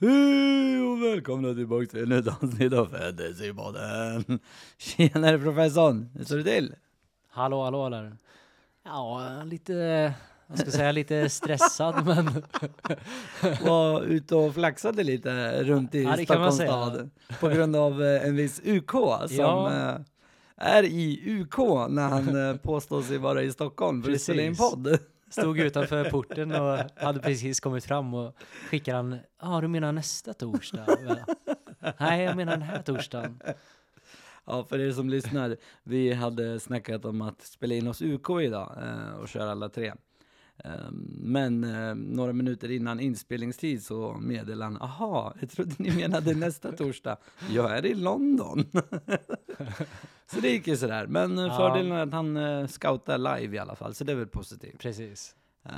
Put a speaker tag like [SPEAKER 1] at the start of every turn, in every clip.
[SPEAKER 1] Hej och välkomna tillbaka till ett nytt avsnitt av Fantasypodden. Tjenare professorn, hur står det till?
[SPEAKER 2] Hallå där. Ja, lite, vad ska jag säga, lite stressad men
[SPEAKER 1] Var ute och flaxade lite runt i
[SPEAKER 2] Ja, det kan man
[SPEAKER 1] Stockholms
[SPEAKER 2] säga.
[SPEAKER 1] stad på grund av en viss UK som
[SPEAKER 2] Ja.
[SPEAKER 1] är i UK när han påstår sig vara i Stockholm för att spela in
[SPEAKER 2] Precis.
[SPEAKER 1] podd.
[SPEAKER 2] Stod utanför porten och hade precis kommit fram och skickade han, du menar nästa torsdag? Nej, jag menar den här torsdagen.
[SPEAKER 1] Ja, för er som lyssnar, vi hade snackat om att spela in oss UK idag och köra alla tre. Men några minuter innan inspelningstid så meddelade han, aha, jag trodde ni menade nästa torsdag. Jag är i London. Så det gick ju sådär. Men fördelen är att han scoutar live i alla fall, så det är väl positivt.
[SPEAKER 2] Precis.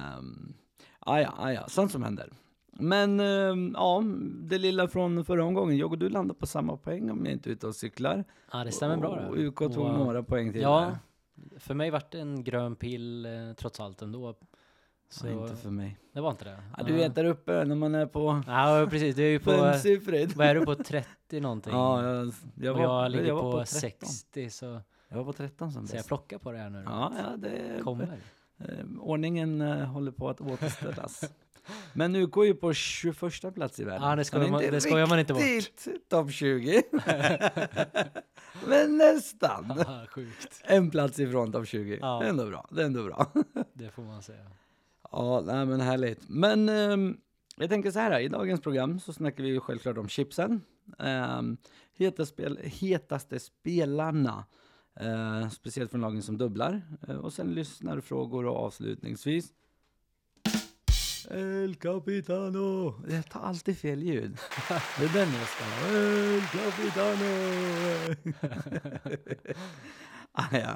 [SPEAKER 1] Ja, sånt som händer. Men ja, det lilla från förra omgången. Jag och du landade på samma poäng om jag inte är ute och cyklar.
[SPEAKER 2] Ja, det stämmer bra det.
[SPEAKER 1] Och UK tog några poäng till.
[SPEAKER 2] Ja, för mig var det en grön pill trots allt ändå.
[SPEAKER 1] Så inte för mig.
[SPEAKER 2] Det var inte det.
[SPEAKER 1] Ja, du vet där uppe när man är på...
[SPEAKER 2] Ja, precis. Du är ju på...
[SPEAKER 1] Femsiffrigt.
[SPEAKER 2] Vad är du på 30 någonting?
[SPEAKER 1] Ja, jag
[SPEAKER 2] ligger
[SPEAKER 1] var
[SPEAKER 2] på
[SPEAKER 1] 13.
[SPEAKER 2] 60 så...
[SPEAKER 1] Jag var på 13 som
[SPEAKER 2] Så jag
[SPEAKER 1] bäst.
[SPEAKER 2] plockar på det här nu.
[SPEAKER 1] Ja, det
[SPEAKER 2] kommer.
[SPEAKER 1] Ordningen håller på att återställas. Men nu går ju på 21:a plats i världen.
[SPEAKER 2] Ja, det skojar man inte bort.
[SPEAKER 1] Riktigt topp 20. Men nästan.
[SPEAKER 2] Ja, sjukt.
[SPEAKER 1] En plats ifrån topp 20.
[SPEAKER 2] Ja.
[SPEAKER 1] Det är ändå bra.
[SPEAKER 2] Det får man säga.
[SPEAKER 1] Ja, nej, men härligt. Men jag tänker så här, i dagens program så snackar vi ju självklart om chipsen. Hetaste spelarna. Speciellt från lagen som dubblar. Och sen lyssnarfrågor och avslutningsvis. El Capitano. Jag tar alltid fel ljud. Det är den jag ska ha. El Capitano. Ja.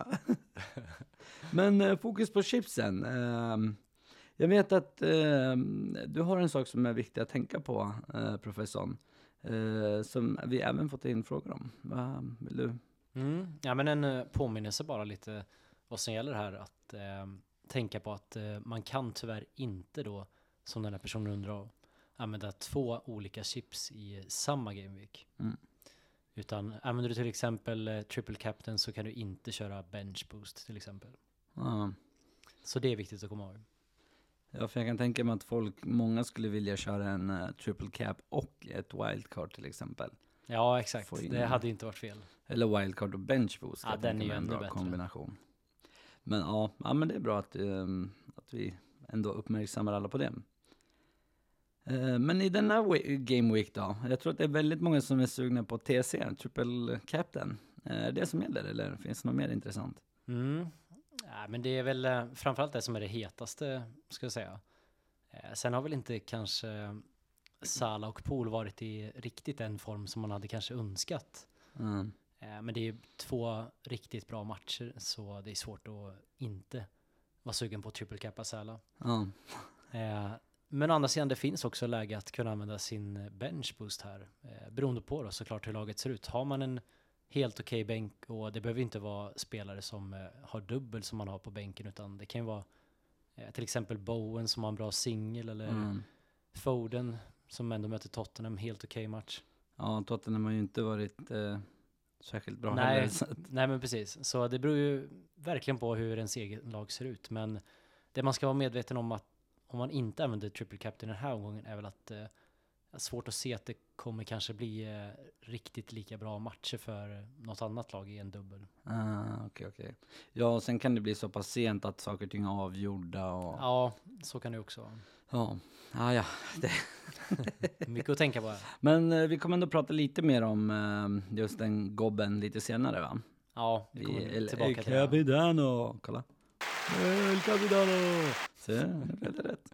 [SPEAKER 1] Men fokus på chipsen. Jag vet att du har en sak som är viktig att tänka på, professorn. Som vi även fått in frågor om. Vill du?
[SPEAKER 2] Ja, men en påminnelse bara lite vad som gäller här. Att tänka på att man kan tyvärr inte då, som den här personen undrar, använda 2 olika chips i samma gameweek. Utan använder du till exempel triple captain så kan du inte köra bench boost till exempel. Så det är viktigt att komma ihåg.
[SPEAKER 1] Ja, för jag kan tänka mig att många skulle vilja köra en triple cap och ett wildcard till exempel.
[SPEAKER 2] Ja, exakt. Det hade inte varit fel.
[SPEAKER 1] Eller wildcard och bench boost.
[SPEAKER 2] Ja, den är ju ännu bättre.
[SPEAKER 1] Kombination. Men ja, men det är bra att vi ändå uppmärksammar alla på det. Men i denna game week då, jag tror att det är väldigt många som är sugna på TC, triple captain. Det som gäller, eller finns det något mer intressant?
[SPEAKER 2] Ja, men det är väl framförallt det som är det hetaste, ska jag säga. Sen har väl inte kanske Salah och Pool varit i riktigt den form som man hade kanske önskat. Men det är 2 riktigt bra matcher, så det är svårt att inte vara sugen på triple cappa Salah. Men å andra sidan, det finns också läge att kunna använda sin bench boost här. Beroende på då såklart hur laget ser ut. Har man en helt okej bänk, och det behöver inte vara spelare som har dubbel som man har på bänken, utan det kan ju vara till exempel Bowen som har en bra singel, eller Foden som ändå möter Tottenham, helt okej match. Ja,
[SPEAKER 1] Tottenham har ju inte varit särskilt bra
[SPEAKER 2] heller.
[SPEAKER 1] heller.
[SPEAKER 2] Nej, men precis. Så det beror ju verkligen på hur ens egen lag ser ut. Men det man ska vara medveten om, att om man inte använder triple captain den här omgången, är väl att det är svårt att se att det kommer kanske bli riktigt lika bra matcher för något annat lag i en dubbel.
[SPEAKER 1] Okej. Ja, och sen kan det bli så pass sent att saker och ting är avgjorda. Och...
[SPEAKER 2] Ja, så kan det också vara.
[SPEAKER 1] Ja.
[SPEAKER 2] Mycket att tänka på här.
[SPEAKER 1] Men vi kommer ändå prata lite mer om just den gobben lite senare, va?
[SPEAKER 2] Ja, vi kommer tillbaka till
[SPEAKER 1] det. El Capitano. Kolla. El Capitano. Se, det blev det rätt.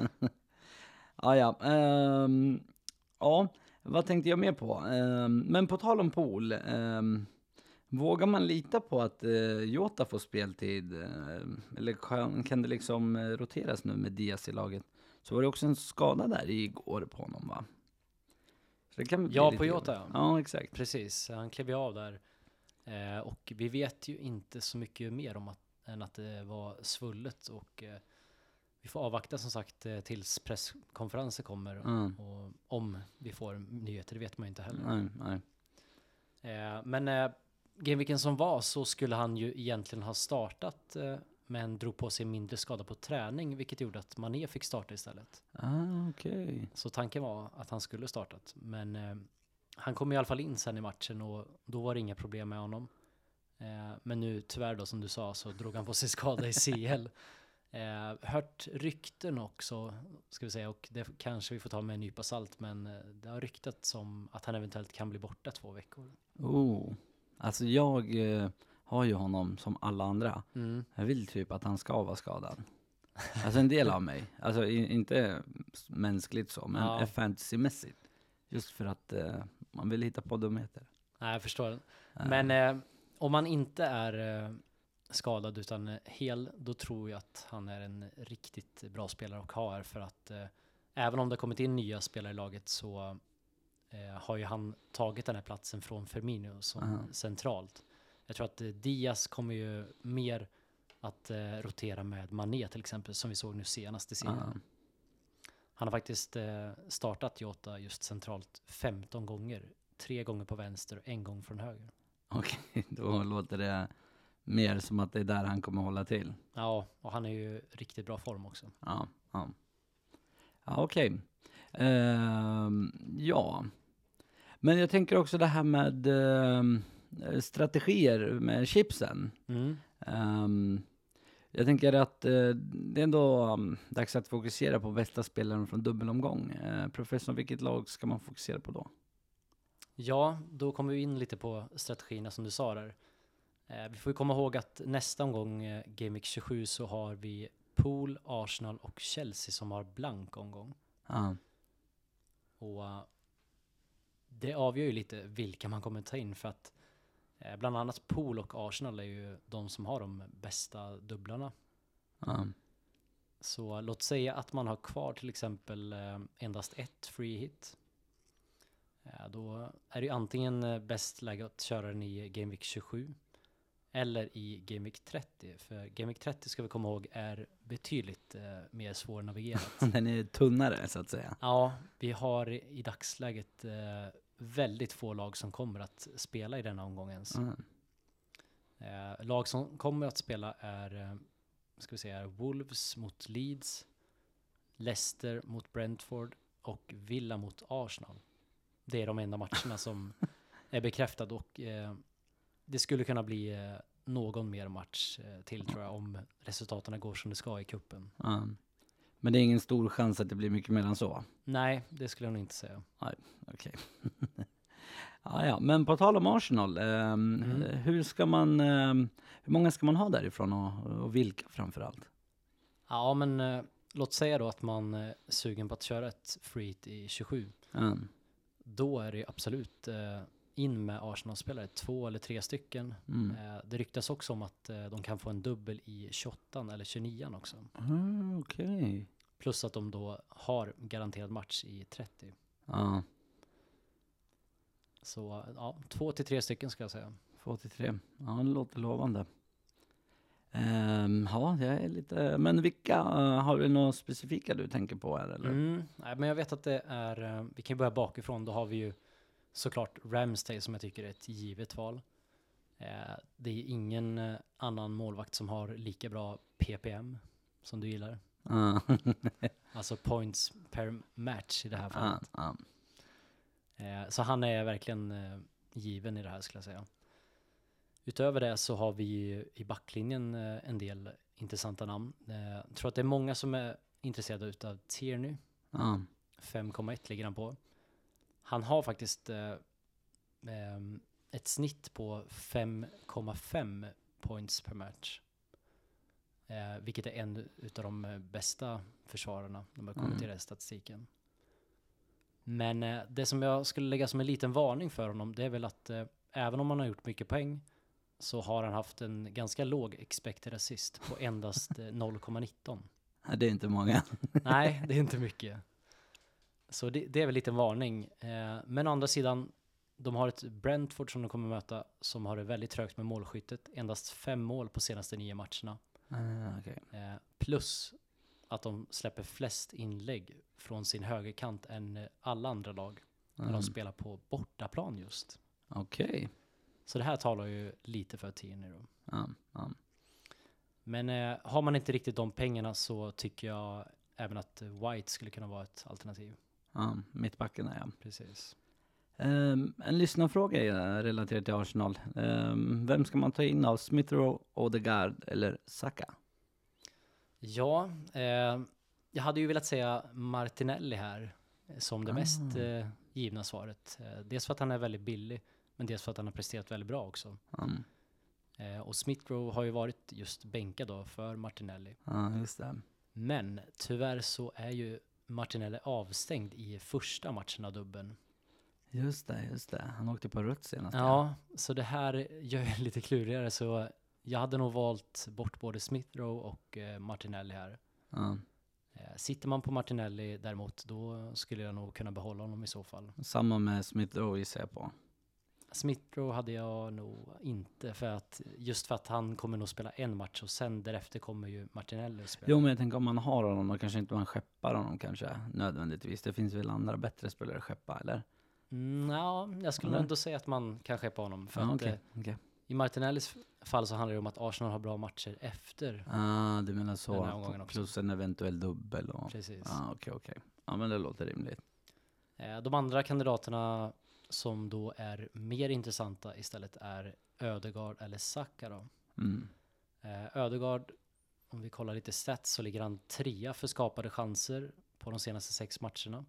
[SPEAKER 1] Ja, vad tänkte jag mer på? Men på tal om Pool, vågar man lita på att Jota får speltid? Eller kan det liksom roteras nu med Diaz i laget? Så var det också en skada där igår på honom, va? Så det kan
[SPEAKER 2] på Jota.
[SPEAKER 1] Ja, exakt.
[SPEAKER 2] Precis, han klev av där. Och vi vet ju inte så mycket mer om än att det var svullet, och vi får avvakta som sagt tills presskonferenser kommer. Och om vi får nyheter, det vet man ju inte heller.
[SPEAKER 1] Nej.
[SPEAKER 2] Men gameweeken som var så skulle han ju egentligen ha startat, men drog på sig mindre skada på träning, vilket gjorde att Mané fick starta istället.
[SPEAKER 1] Okej.
[SPEAKER 2] Så tanken var att han skulle startat, men han kom i alla fall in sen i matchen och då var det inga problem med honom. Men nu tyvärr då, som du sa, så drog han på sig skada i CL. Hört rykten också, ska vi säga, och det kanske vi får ta med en nypa salt, men det har ryktats om att han eventuellt kan bli borta 2 veckor.
[SPEAKER 1] Alltså jag har ju honom som alla andra. Jag vill typ att han ska vara skadad. Alltså en del av mig. Alltså inte mänskligt så, men fantasymässigt. Just för att man vill hitta på dumheter.
[SPEAKER 2] Nej, jag förstår. Men om man inte är skadad utan hel, då tror jag att han är en riktigt bra spelare och har, för att även om det kommit in nya spelare i laget så har ju han tagit den här platsen från Firmino som centralt. Jag tror att Diaz kommer ju mer att rotera med Mané till exempel, som vi såg nu senast i serien. Han har faktiskt startat Jota just centralt 15 gånger. 3 gånger på vänster och 1 gång från höger.
[SPEAKER 1] Okej, då låter det mer som att det är där han kommer hålla till.
[SPEAKER 2] Ja, och han är ju riktigt bra form också.
[SPEAKER 1] Ja, okej. Ja. Men jag tänker också det här med strategier med chipsen. Jag tänker att det är ändå dags att fokusera på bästa spelaren från dubbelomgång. Professor, vilket lag ska man fokusera på då?
[SPEAKER 2] Ja, då kommer vi in lite på strategierna som du sa där. Vi får ju komma ihåg att nästa omgång, Game Week 27, så har vi Pool, Arsenal och Chelsea som har blank omgång. Och det avgör ju lite vilka man kommer ta in, för att bland annat Pool och Arsenal är ju de som har de bästa dubblarna. Så låt säga att man har kvar till exempel endast ett free hit. Då är det ju antingen bäst läge att köra den i Game Week 27 eller i Game Week 30. För Game Week 30, ska vi komma ihåg, är betydligt mer svårnavigerat.
[SPEAKER 1] Den är tunnare så att säga.
[SPEAKER 2] Ja, vi har i dagsläget väldigt få lag som kommer att spela i denna omgången. Lag som kommer att spela är ska vi säga, Wolves mot Leeds, Leicester mot Brentford och Villa mot Arsenal. Det är de enda matcherna som är bekräftade, och det skulle kunna bli någon mer match till, tror jag, om resultaten går som det ska i kuppen.
[SPEAKER 1] Men det är ingen stor chans att det blir mycket mer än så?
[SPEAKER 2] Nej, det skulle jag nog inte säga.
[SPEAKER 1] Nej, okej. Ja, men på tal om Arsenal, hur många ska man ha därifrån och vilka framförallt?
[SPEAKER 2] Ja, men låt säga då att man är sugen på att köra ett free hit i 27. Då är det absolut in med Arsenal-spelare, 2 eller 3 stycken. Det ryktas också om att de kan få en dubbel i 28 eller 29 också.
[SPEAKER 1] Okej.
[SPEAKER 2] Plus att de då har garanterad match i 30. Så ja, 2 till 3 stycken ska jag säga.
[SPEAKER 1] 2 till 3. Ja, det låter lovande. Ja, jag är lite... Men vilka, har du några specifika du tänker på här eller?
[SPEAKER 2] Nej, men jag vet att det är... vi kan börja bakifrån. Då har vi ju såklart Ramsdale som jag tycker är ett givet val. Det är ingen annan målvakt som har lika bra PPM som du gillar. Alltså points per match i det här fallet. Så han är verkligen given i det här, skulle jag säga. Utöver det så har vi i backlinjen en del intressanta namn. Jag tror att det är många som är intresserade utav Tierney. 5,1 ligger han på. Han har faktiskt ett snitt på 5,5 points per match. Vilket är en utav de bästa försvararna när man kommer till den statistiken. Men det som jag skulle lägga som en liten varning för honom, det är väl att även om han har gjort mycket poäng så har han haft en ganska låg expected assist på endast 0,19.
[SPEAKER 1] Det är inte många.
[SPEAKER 2] Nej, det är inte mycket. Så det är väl lite en varning. Men å andra sidan, de har ett Brentford som de kommer möta som har det väldigt trögt med målskyttet. Endast 5 mål på senaste 9 matcherna.
[SPEAKER 1] Okay.
[SPEAKER 2] Plus att de släpper flest inlägg från sin högerkant än alla andra lag när de spelar på bortaplan just.
[SPEAKER 1] Okej.
[SPEAKER 2] Så det här talar ju lite för Tierney då.
[SPEAKER 1] Ja.
[SPEAKER 2] Men har man inte riktigt de pengarna så tycker jag även att White skulle kunna vara ett alternativ.
[SPEAKER 1] Ja, mittbacken är jag.
[SPEAKER 2] Precis.
[SPEAKER 1] En lyssnarfråga är relaterad till Arsenal. Vem ska man ta in av Smith Rowe, Odegaard eller Saka?
[SPEAKER 2] Ja, jag hade ju velat säga Martinelli här som det mest givna svaret. Dels för att han är väldigt billig, men dels för att han har presterat väldigt bra också. Och Smith Rowe har ju varit just bänkad då för Martinelli.
[SPEAKER 1] Ja, just det.
[SPEAKER 2] Men tyvärr så är ju Martinelli avstängd i första matchen av dubben.
[SPEAKER 1] Just det. Han åkte på rött senast.
[SPEAKER 2] Ja, så det här gör det lite klurigare. Så jag hade nog valt bort både Smith Rowe och Martinelli här.
[SPEAKER 1] Ja.
[SPEAKER 2] Sitter man på Martinelli däremot, då skulle jag nog kunna behålla honom i så fall.
[SPEAKER 1] Samma med Smith Rowe gissar jag på.
[SPEAKER 2] Smith Rowe hade jag nog inte, för att han kommer nog spela en match och sen därefter kommer ju Martinelli spela.
[SPEAKER 1] Jo, men jag tänker om man har honom då kanske inte man skeppar honom kanske nödvändigtvis. Det finns väl andra bättre spelare att skeppa, eller?
[SPEAKER 2] Ja, jag skulle nog ändå säga att man kan skeppa honom. För att i Martinellis fall så handlar det om att Arsenal har bra matcher efter.
[SPEAKER 1] Du menar så. Plus en eventuell dubbel. Och...
[SPEAKER 2] Precis.
[SPEAKER 1] Okej. Ja, men det låter rimligt.
[SPEAKER 2] De andra kandidaterna som då är mer intressanta istället är Ödegaard eller Saka då. Ödegaard, om vi kollar lite stats, så ligger han 3 för skapade chanser på de senaste 6 matcherna.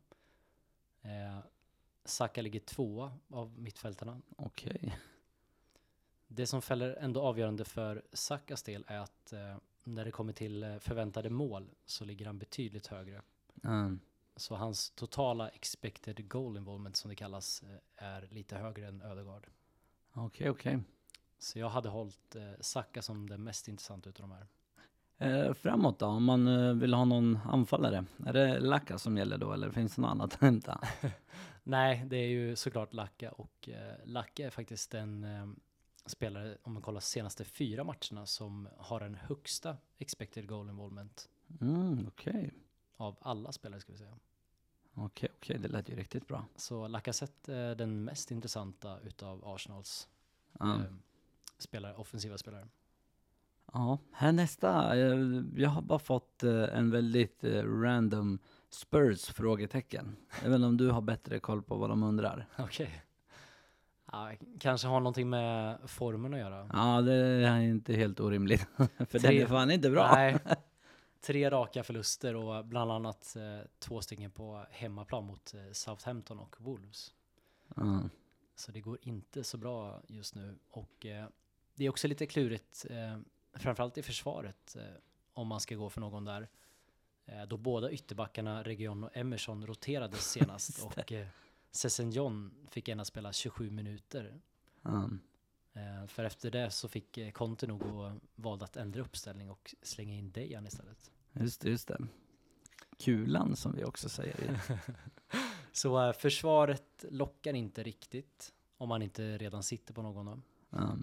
[SPEAKER 2] Saka ligger 2 av mittfältarna.
[SPEAKER 1] Okej.
[SPEAKER 2] Det som fäller ändå avgörande för Sakas del är att när det kommer till förväntade mål så ligger han betydligt högre. Så hans totala expected goal involvement, som det kallas, är lite högre än Ödegaard.
[SPEAKER 1] Okej.
[SPEAKER 2] Så jag hade hållit Saka som den mest intressanta utav de här.
[SPEAKER 1] Framåt då, om man vill ha någon anfallare. Är det Laka som gäller då, eller finns det något annat att hämta?
[SPEAKER 2] Nej, det är ju såklart Laka, och Laka är faktiskt den spelare, om man kollar senaste 4 matcherna, som har den högsta expected goal involvement.
[SPEAKER 1] Okej.
[SPEAKER 2] Av alla spelare, ska vi säga.
[SPEAKER 1] Okej, det lät ju riktigt bra. Så
[SPEAKER 2] Lacazette är den mest intressanta utav Arsenals offensiva spelare.
[SPEAKER 1] Ja, här nästa. Jag har bara fått en väldigt random Spurs-frågetecken. Även om du har bättre koll på vad de undrar.
[SPEAKER 2] Okej. Ja, kanske har någonting med formen att göra.
[SPEAKER 1] Ja, det är inte helt orimligt. För den är fan inte bra.
[SPEAKER 2] Nej. 3 raka förluster och bland annat 2 stycken på hemmaplan mot Southampton och Wolves. Så det går inte så bra just nu. Och det är också lite klurigt, framförallt i försvaret, om man ska gå för någon där. Då båda ytterbackarna, Region och Emerson, roterades senast. Och Sessegnon fick ena spela 27 minuter. För efter det så fick Conte nog valde att ändra uppställning och slänga in Dejan istället.
[SPEAKER 1] Just det. Kulan som vi också säger.
[SPEAKER 2] Så försvaret lockar inte riktigt om man inte redan sitter på någon då.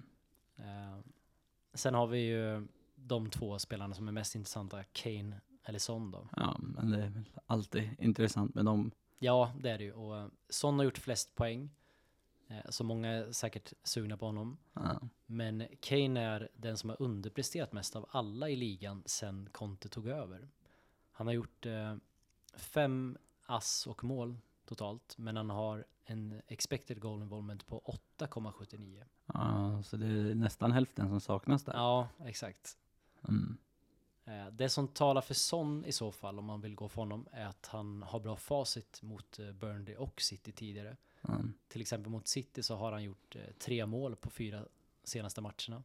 [SPEAKER 2] Sen har vi ju de 2 spelarna som är mest intressanta, Kane eller Son då.
[SPEAKER 1] Ja, men det är väl alltid intressant med dem.
[SPEAKER 2] Ja, det är det ju. Och Son har gjort flest poäng. Så många är säkert sugna på honom. Men Kane är den som har underpresterat mest av alla i ligan sen Conte tog över. Han har gjort 5 ass och mål totalt, men han har en expected goal involvement på 8,79.
[SPEAKER 1] Ja, så det är nästan hälften som saknas där.
[SPEAKER 2] Ja, exakt. Det som talar för Son i så fall, om man vill gå för honom, är att han har bra facit mot Burnley och City tidigare. Till exempel mot City så har han gjort 3 mål på 4 senaste matcherna.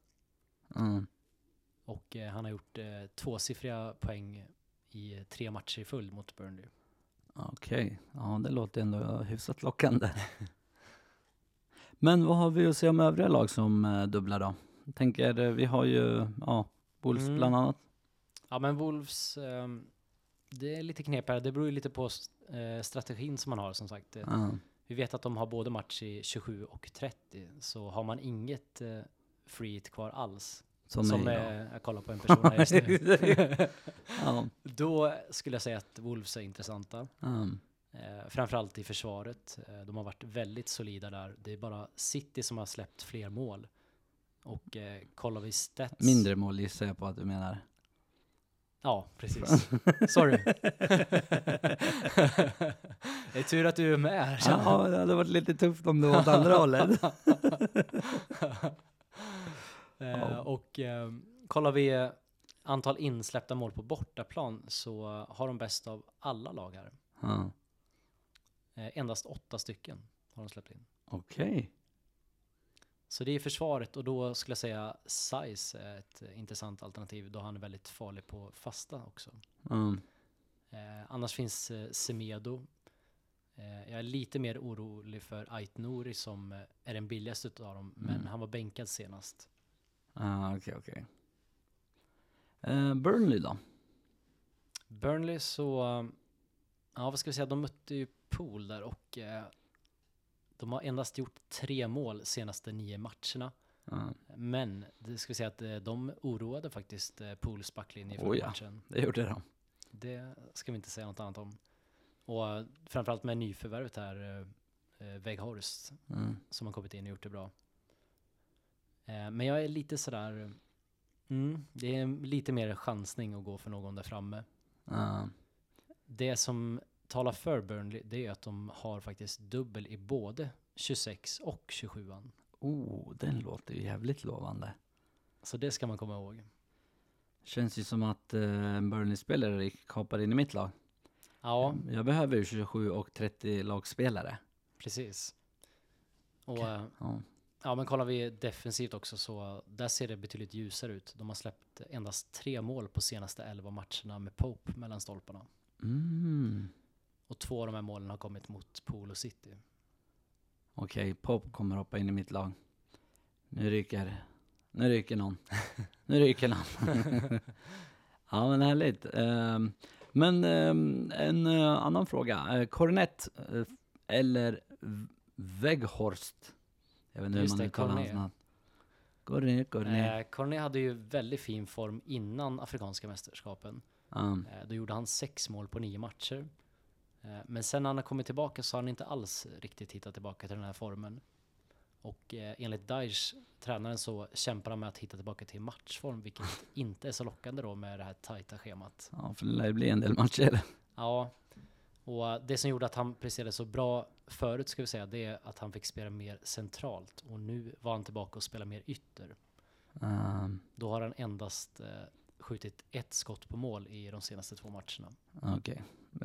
[SPEAKER 2] Och han har gjort 2-siffriga poäng i 3 matcher i följd mot Burnley.
[SPEAKER 1] Okej, ja, det låter ändå hyfsat lockande. Men vad har vi att säga om övriga lag som dubblar då? Jag tänker, vi har ju Wolves bland annat. Ja,
[SPEAKER 2] men Wolves, det är lite knepigare. Det beror ju lite på strategin som man har, som sagt. Vi vet att de har både match i 27 och 30. Så har man inget free hit kvar alls, som
[SPEAKER 1] mig då.
[SPEAKER 2] jag kollar på en person här just nu.
[SPEAKER 1] Ja.
[SPEAKER 2] Då skulle jag säga att Wolves är intressanta.
[SPEAKER 1] Mm.
[SPEAKER 2] Framförallt i försvaret. De har varit väldigt solida där. Det är bara City som har släppt fler mål. Och kollar vi stats...
[SPEAKER 1] Mindre mål gissar jag på att du menar.
[SPEAKER 2] Ja, precis. Sorry. Det är tur att du är med här.
[SPEAKER 1] Ja, det hade varit lite tufft om det var åt andra hållet.
[SPEAKER 2] Och kollar vi antal insläppta mål på bortaplan så har de bäst av alla lag här.
[SPEAKER 1] Ja.
[SPEAKER 2] Endast 8 stycken har de släppt in.
[SPEAKER 1] Okej.
[SPEAKER 2] Så det är försvaret, och då skulle jag säga Size är ett intressant alternativ då han är väldigt farlig på fasta också.
[SPEAKER 1] Mm.
[SPEAKER 2] Annars finns Semedo. Jag är lite mer orolig för Ait Nouri som är den billigaste av dem, men han var bänkad senast.
[SPEAKER 1] Okej. Burnley då?
[SPEAKER 2] Burnley så, ja vad ska vi säga, de mötte ju Pool där och de har endast gjort 3 mål senaste 9 matcherna. Men det ska vi säga att de oroade faktiskt Pools backlinje i förra matchen.
[SPEAKER 1] Det gjorde de.
[SPEAKER 2] Det ska vi inte säga något annat om. Och framförallt med nyförvärvet här, Weghorst, som har kommit in och gjort det bra. Men jag är lite sådär, det är lite mer chansning att gå för någon där framme. Det som talar för Burnley, det är att de har faktiskt dubbel i både 26 och 27an.
[SPEAKER 1] Den låter ju jävligt lovande.
[SPEAKER 2] Så det ska man komma ihåg.
[SPEAKER 1] Känns ju som att en Burnley-spelare kapar in i mitt lag.
[SPEAKER 2] Ja.
[SPEAKER 1] Jag behöver ju 27 och 30 lagspelare.
[SPEAKER 2] Precis. Och ja, men kollar vi defensivt också så där ser det betydligt ljusare ut. De har släppt endast 3 mål på senaste 11 matcherna med Pope mellan stolparna. Och 2 av de här målen har kommit mot Pool och City.
[SPEAKER 1] Okej, Pope kommer hoppa in i mitt lag. Nu ryker någon. Nu ryker någon. Ja, men härligt. Men en annan fråga. Cornet eller Weghorst? Jag vet inte hur man uttalar hans namn.
[SPEAKER 2] Cornet hade ju väldigt fin form innan afrikanska mästerskapen. Då gjorde han 6 mål på 9 matcher. Men sen när han har kommit tillbaka så har han inte alls riktigt hittat tillbaka till den här formen. Och enligt Daesh, tränaren, så kämpar han med att hitta tillbaka till matchform, vilket inte är så lockande då med det här tajta schemat.
[SPEAKER 1] Ja, för det lär bli en del matcher.
[SPEAKER 2] Ja, och det som gjorde att han presterade så bra förut, ska vi säga, det är att han fick spela mer centralt. Och nu var han tillbaka och spela mer ytter. Då har han endast skjutit 1 skott på mål i de senaste 2 matcherna.
[SPEAKER 1] Okej.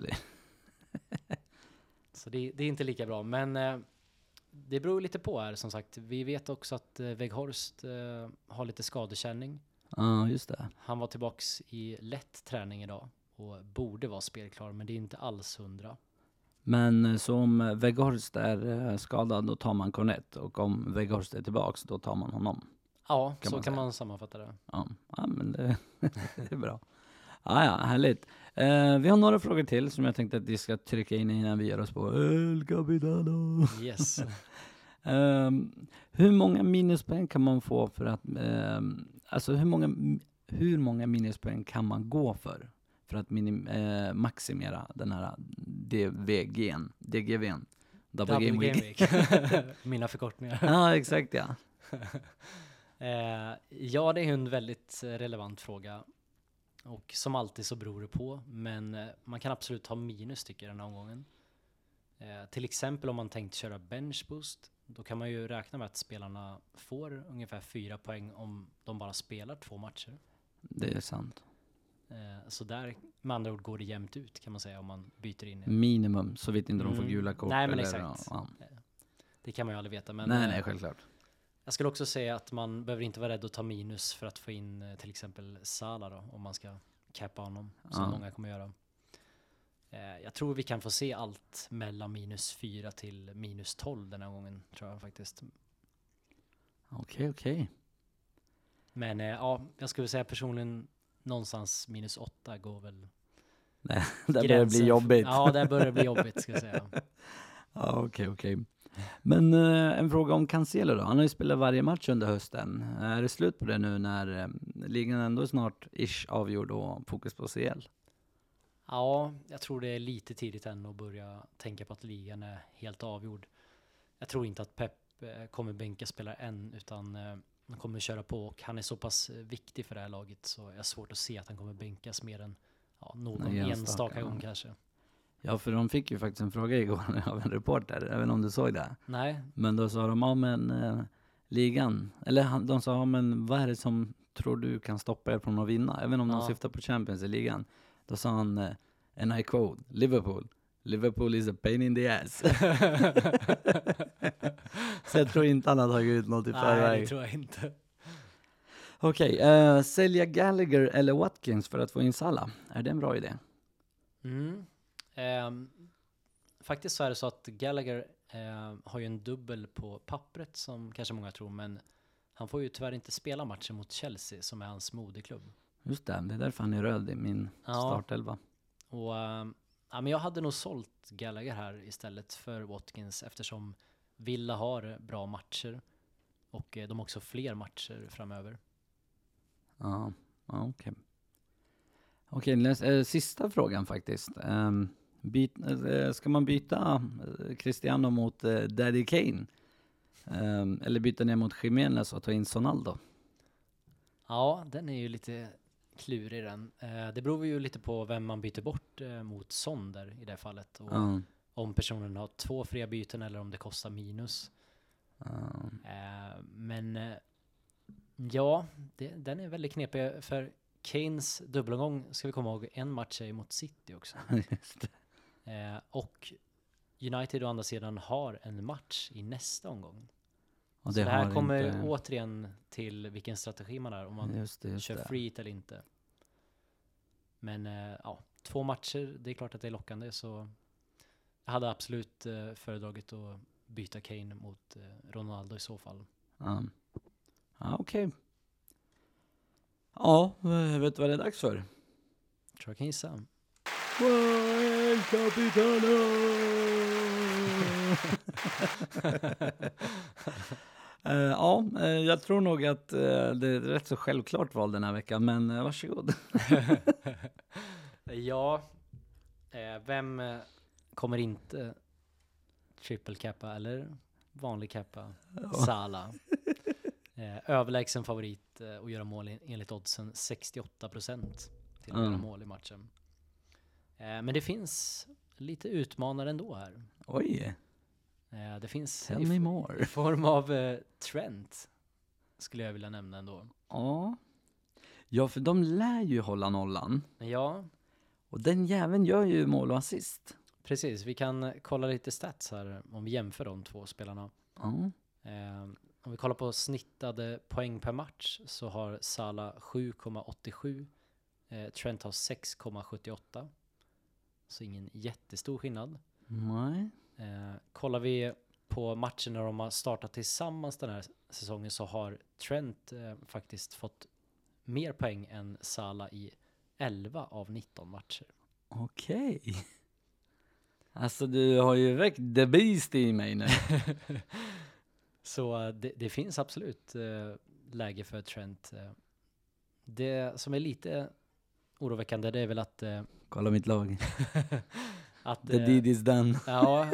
[SPEAKER 2] Så det är inte lika bra, men det beror lite på här, som sagt. Vi vet också att Weghorst har lite skadekänning.
[SPEAKER 1] Ja, just det.
[SPEAKER 2] Han var tillbaks i lätt träning idag och borde vara spelklar, men det är inte alls 100.
[SPEAKER 1] Men så om Weghorst är skadad, då tar man Cornet. Och om Weghorst är tillbaks, då tar man honom.
[SPEAKER 2] Ja, så kan man sammanfatta det.
[SPEAKER 1] Ja, men det är bra. Ja, härligt. Vi har några frågor till som jag tänkte att vi ska trycka in innan vi gör oss på El Capitano.
[SPEAKER 2] Yes.
[SPEAKER 1] Hur många minuspoäng kan man få för att... alltså hur många minuspoäng kan man gå för att maximera den här DGV:n? Double Game Week.
[SPEAKER 2] Mina förkortningar.
[SPEAKER 1] Ja, exakt, ja.
[SPEAKER 2] Ja, det är en väldigt relevant fråga. Och som alltid så beror det på. Men man kan absolut ha minus, tycker jag, den här omgången. Till exempel om man tänkt köra bench boost. Då kan man ju räkna med att spelarna får ungefär 4 poäng om de bara spelar 2 matcher.
[SPEAKER 1] Det är sant.
[SPEAKER 2] Så där med andra ord går det jämnt ut, kan man säga, om man byter in.
[SPEAKER 1] Minimum, så vitt inte de får gula kort.
[SPEAKER 2] Nej, men exakt. Ja. Det kan man ju aldrig veta. Men
[SPEAKER 1] nej, självklart. Jag
[SPEAKER 2] skulle också säga att man behöver inte vara rädd att ta minus för att få in till exempel Salah då, om man ska cappa honom, som många kommer göra. Jag tror vi kan få se allt mellan -4 till -12 den här gången, tror jag faktiskt.
[SPEAKER 1] Okej.
[SPEAKER 2] Men ja, jag skulle säga personligen någonstans -8 går väl.
[SPEAKER 1] Nej, där börjar det bli jobbigt.
[SPEAKER 2] Ja, där börjar det bli jobbigt, ska jag säga.
[SPEAKER 1] Ja, okej. Men en fråga om Cancelo då. Han har ju spelat varje match under hösten. Är det slut på det nu när ligan ändå är snart avgjord och fokus på CL?
[SPEAKER 2] Ja, jag tror det är lite tidigt än att börja tänka på att ligan är helt avgjord. Jag tror inte att Pep kommer bänka spelare än, utan han kommer köra på, och han är så pass viktig för det här laget så jag har svårt att se att han kommer bänkas mer än någon enstaka gång kanske.
[SPEAKER 1] Ja, för de fick ju faktiskt en fråga igår av en reporter, även om du såg det.
[SPEAKER 2] Nej.
[SPEAKER 1] Men då sa de, men ligan, eller de sa, men vad är det som tror du kan stoppa er från att vinna? Även om de syftar på Champions i ligan. Då sa han, and I quote, Liverpool is a pain in the ass. Så jag tror inte han har tagit ut något i förväg.
[SPEAKER 2] Nej, det tror jag inte.
[SPEAKER 1] Okej, sälja Gallagher eller Watkins för att få in Salah. Är det en bra idé?
[SPEAKER 2] Faktiskt så är det så att Gallagher har ju en dubbel på pappret som kanske många tror, men han får ju tyvärr inte spela matchen mot Chelsea som är hans moderklubb.
[SPEAKER 1] Just det är därför han är röd i min startelva.
[SPEAKER 2] Och men jag hade nog sålt Gallagher här istället för Watkins, eftersom Villa har bra matcher och de har också fler matcher framöver.
[SPEAKER 1] Okej, sista frågan faktiskt. Ska man byta Cristiano mot Daddy Kane? Eller byta ner mot Jimenez och ta in Sonaldo?
[SPEAKER 2] Ja, den är ju lite klurig den. Det beror ju lite på vem man byter bort mot Sonder i det fallet. Och om personen har 2 fria byten eller om det kostar minus. Men den är väldigt knepig, för Kanes dubbelomgång, ska vi komma ihåg, en match är mot City också.
[SPEAKER 1] Just
[SPEAKER 2] det. Och United å andra sidan har en match i nästa omgång. Och det här kommer återigen till vilken strategi man är, om man kör free eller inte. Men 2 matcher, det är klart att det är lockande, så jag hade absolut föredragit att byta Kane mot Ronaldo i så fall.
[SPEAKER 1] Okej. Ja, vet du vad det är dags för?
[SPEAKER 2] Tror jag kan gissa.
[SPEAKER 1] El Capitano! Jag tror nog att det är rätt så självklart val den här veckan, men varsågod.
[SPEAKER 2] Vem kommer inte triple cappa eller vanlig cappa? Salah. Överlägsen favorit att göra mål enligt oddsen 68% till att göra mål i matchen. Men det finns lite utmanare ändå här.
[SPEAKER 1] Oj.
[SPEAKER 2] Det finns
[SPEAKER 1] i
[SPEAKER 2] form av Trent, skulle jag vilja nämna ändå.
[SPEAKER 1] Ja, för de lär ju hålla nollan.
[SPEAKER 2] Ja.
[SPEAKER 1] Och den jäveln gör ju mål och assist.
[SPEAKER 2] Precis, vi kan kolla lite stats här om vi jämför de 2 spelarna. Om vi kollar på snittade poäng per match så har Salah 7,87. Trent har 6,78. Så ingen jättestor skillnad.
[SPEAKER 1] Nej.
[SPEAKER 2] Kollar vi på matchen när de har startat tillsammans den här säsongen så har Trent faktiskt fått mer poäng än Salah i 11 av 19 matcher.
[SPEAKER 1] Okej. Alltså du har ju väckt the beast i mig nu.
[SPEAKER 2] Så det finns absolut läge för Trent. Det som är lite oroväckande, det är väl att...
[SPEAKER 1] Kolla mitt lag.
[SPEAKER 2] Att,
[SPEAKER 1] the deed is done.
[SPEAKER 2] Ja.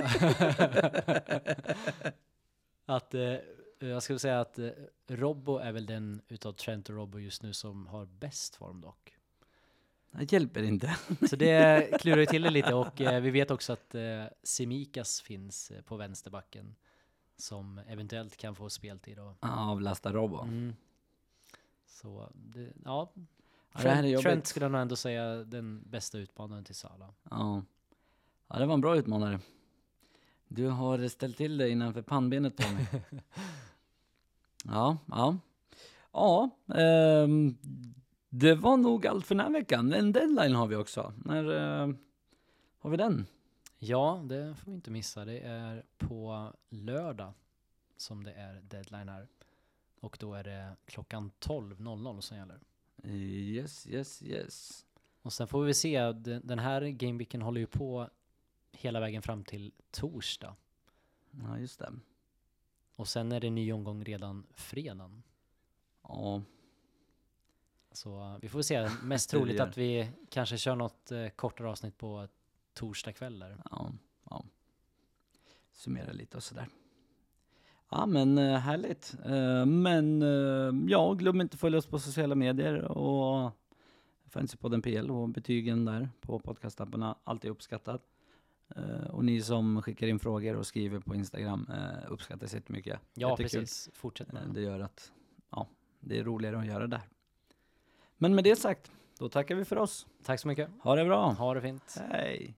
[SPEAKER 2] Att jag skulle säga att Robbo är väl den utav Trent och Robbo just nu som har bäst form dock.
[SPEAKER 1] Det hjälper inte.
[SPEAKER 2] Så det klurar ju till det lite, och vi vet också att Simikas finns på vänsterbacken som eventuellt kan få speltid och
[SPEAKER 1] avlasta Robbo.
[SPEAKER 2] Så
[SPEAKER 1] Trent
[SPEAKER 2] skulle jag nog ändå säga den bästa utmanaren till Salah.
[SPEAKER 1] Ja, det var en bra utmanare. Du har ställt till det innanför pannbenet på mig. Det var nog allt för den här veckan. En deadline har vi också. När har vi den?
[SPEAKER 2] Ja, det får vi inte missa. Det är på lördag som det är deadline här. Och då är det klockan 12.00 som gäller.
[SPEAKER 1] Yes.
[SPEAKER 2] Och sen får vi se, den här gameweeken håller ju på hela vägen fram till torsdag.
[SPEAKER 1] Ja, just det.
[SPEAKER 2] Och sen är det ny omgång redan fredagen.
[SPEAKER 1] Ja,
[SPEAKER 2] Så vi får se. Mest
[SPEAKER 1] Det
[SPEAKER 2] troligt
[SPEAKER 1] gör.
[SPEAKER 2] att vi kanske kör något kortare avsnitt på torsdag kväll där.
[SPEAKER 1] ja. Summera lite och sådär. Ja, men härligt. Glöm inte att följa oss på sociala medier och Fantasypodden PL och betygen där på podcastapparna. Alltid uppskattat. Och ni som skickar in frågor och skriver på Instagram uppskattas jättemycket.
[SPEAKER 2] Ja,
[SPEAKER 1] Jättekul.
[SPEAKER 2] precis. Fortsätt med det.
[SPEAKER 1] Det gör att det är roligare att göra där. Men med det sagt, då tackar vi för oss.
[SPEAKER 2] Tack så mycket.
[SPEAKER 1] Ha det bra.
[SPEAKER 2] Ha det fint.
[SPEAKER 1] Hej.